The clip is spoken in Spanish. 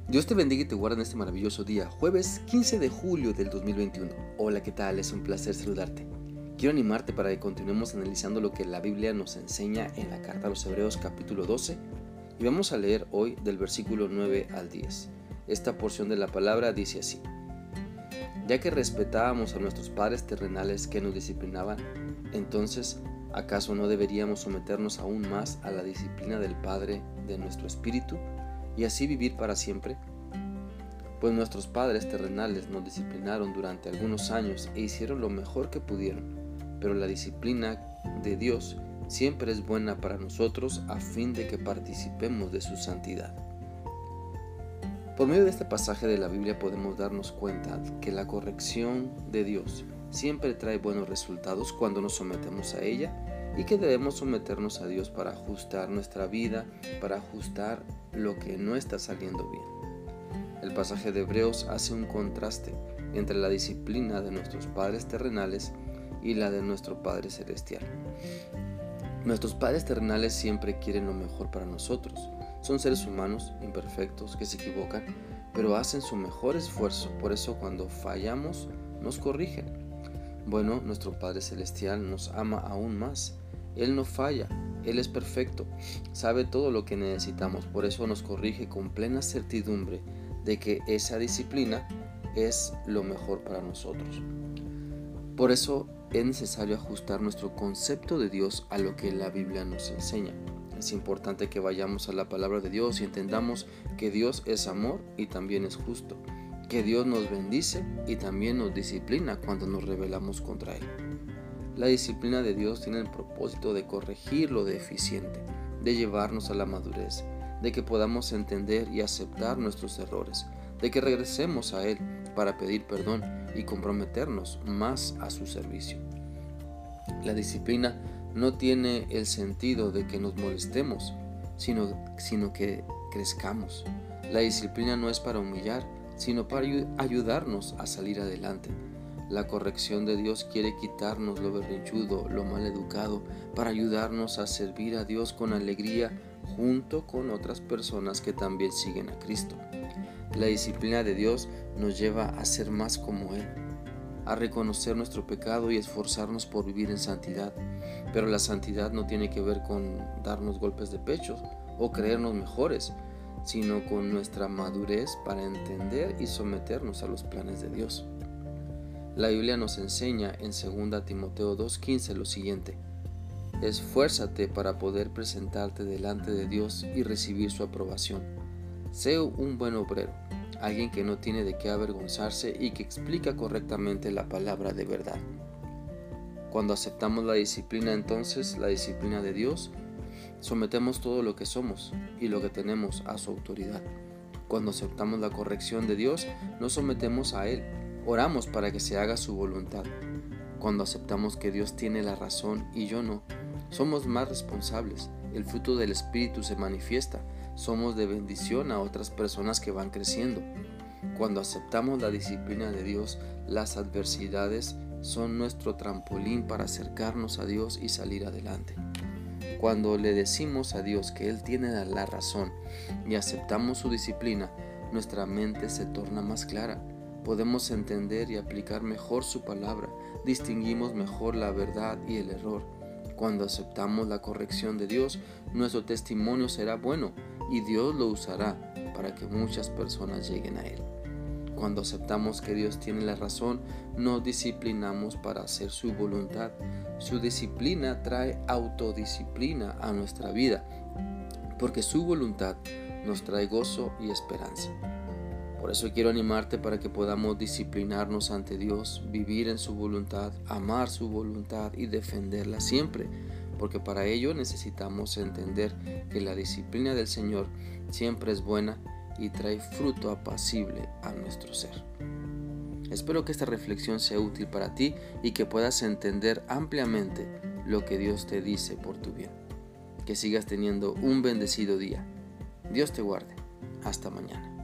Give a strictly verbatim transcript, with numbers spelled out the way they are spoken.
Dios te bendiga y te guarde en este maravilloso día, jueves quince de julio del dos mil veintiuno. Hola, ¿qué tal? Es un placer saludarte. Quiero animarte para que continuemos analizando lo que la Biblia nos enseña en la carta a los Hebreos capítulo doce y vamos a leer hoy del versículo nueve al diez. Esta porción de la palabra dice así: Ya que respetábamos a nuestros padres terrenales que nos disciplinaban, entonces, ¿acaso no deberíamos someternos aún más a la disciplina del Padre de nuestro espíritu y así vivir para siempre? Pues nuestros padres terrenales nos disciplinaron durante algunos años e hicieron lo mejor que pudieron, pero la disciplina de Dios siempre es buena para nosotros a fin de que participemos de su santidad. Por medio de este pasaje de la Biblia podemos darnos cuenta que la corrección de Dios siempre trae buenos resultados cuando nos sometemos a ella y que debemos someternos a Dios para ajustar nuestra vida, para ajustar lo que no está saliendo bien. El pasaje de Hebreos hace un contraste entre la disciplina de nuestros padres terrenales y la de nuestro Padre Celestial. Nuestros padres terrenales siempre quieren lo mejor para nosotros. Son seres humanos, imperfectos, que se equivocan, pero hacen su mejor esfuerzo. Por eso cuando fallamos, nos corrigen. Bueno, nuestro Padre Celestial nos ama aún más. Él no falla, Él es perfecto, sabe todo lo que necesitamos, por eso nos corrige con plena certidumbre de que esa disciplina es lo mejor para nosotros. Por eso es necesario ajustar nuestro concepto de Dios a lo que la Biblia nos enseña. Es importante que vayamos a la palabra de Dios y entendamos que Dios es amor y también es justo, que Dios nos bendice y también nos disciplina cuando nos rebelamos contra Él. La disciplina de Dios tiene el propósito de corregir lo deficiente, de llevarnos a la madurez, de que podamos entender y aceptar nuestros errores, de que regresemos a Él para pedir perdón y comprometernos más a su servicio. La disciplina no tiene el sentido de que nos molestemos, sino, sino que crezcamos. La disciplina no es para humillar, sino para ayudarnos a salir adelante. La corrección de Dios quiere quitarnos lo berrinchudo, lo mal educado, para ayudarnos a servir a Dios con alegría junto con otras personas que también siguen a Cristo. La disciplina de Dios nos lleva a ser más como Él, a reconocer nuestro pecado y esforzarnos por vivir en santidad. Pero la santidad no tiene que ver con darnos golpes de pecho o creernos mejores, sino con nuestra madurez para entender y someternos a los planes de Dios. La Biblia nos enseña en segunda Timoteo dos quince lo siguiente: Esfuérzate para poder presentarte delante de Dios y recibir su aprobación. Sé un buen obrero, alguien que no tiene de qué avergonzarse y que explica correctamente la palabra de verdad. Cuando aceptamos la disciplina, entonces, la disciplina de Dios, sometemos todo lo que somos y lo que tenemos a su autoridad. Cuando aceptamos la corrección de Dios, nos sometemos a Él. Oramos para que se haga su voluntad. Cuando aceptamos que Dios tiene la razón y yo no, somos más responsables. El fruto del Espíritu se manifiesta. Somos de bendición a otras personas que van creciendo. Cuando aceptamos la disciplina de Dios, las adversidades son nuestro trampolín para acercarnos a Dios y salir adelante. Cuando le decimos a Dios que Él tiene la razón y aceptamos su disciplina, nuestra mente se torna más clara. Podemos entender y aplicar mejor su palabra, distinguimos mejor la verdad y el error. Cuando aceptamos la corrección de Dios, nuestro testimonio será bueno y Dios lo usará para que muchas personas lleguen a Él. Cuando aceptamos que Dios tiene la razón, nos disciplinamos para hacer su voluntad. Su disciplina trae autodisciplina a nuestra vida, porque su voluntad nos trae gozo y esperanza. Por eso quiero animarte para que podamos disciplinarnos ante Dios, vivir en su voluntad, amar su voluntad y defenderla siempre, porque para ello necesitamos entender que la disciplina del Señor siempre es buena y trae fruto apacible a nuestro ser. Espero que esta reflexión sea útil para ti y que puedas entender ampliamente lo que Dios te dice por tu bien. Que sigas teniendo un bendecido día. Dios te guarde. Hasta mañana.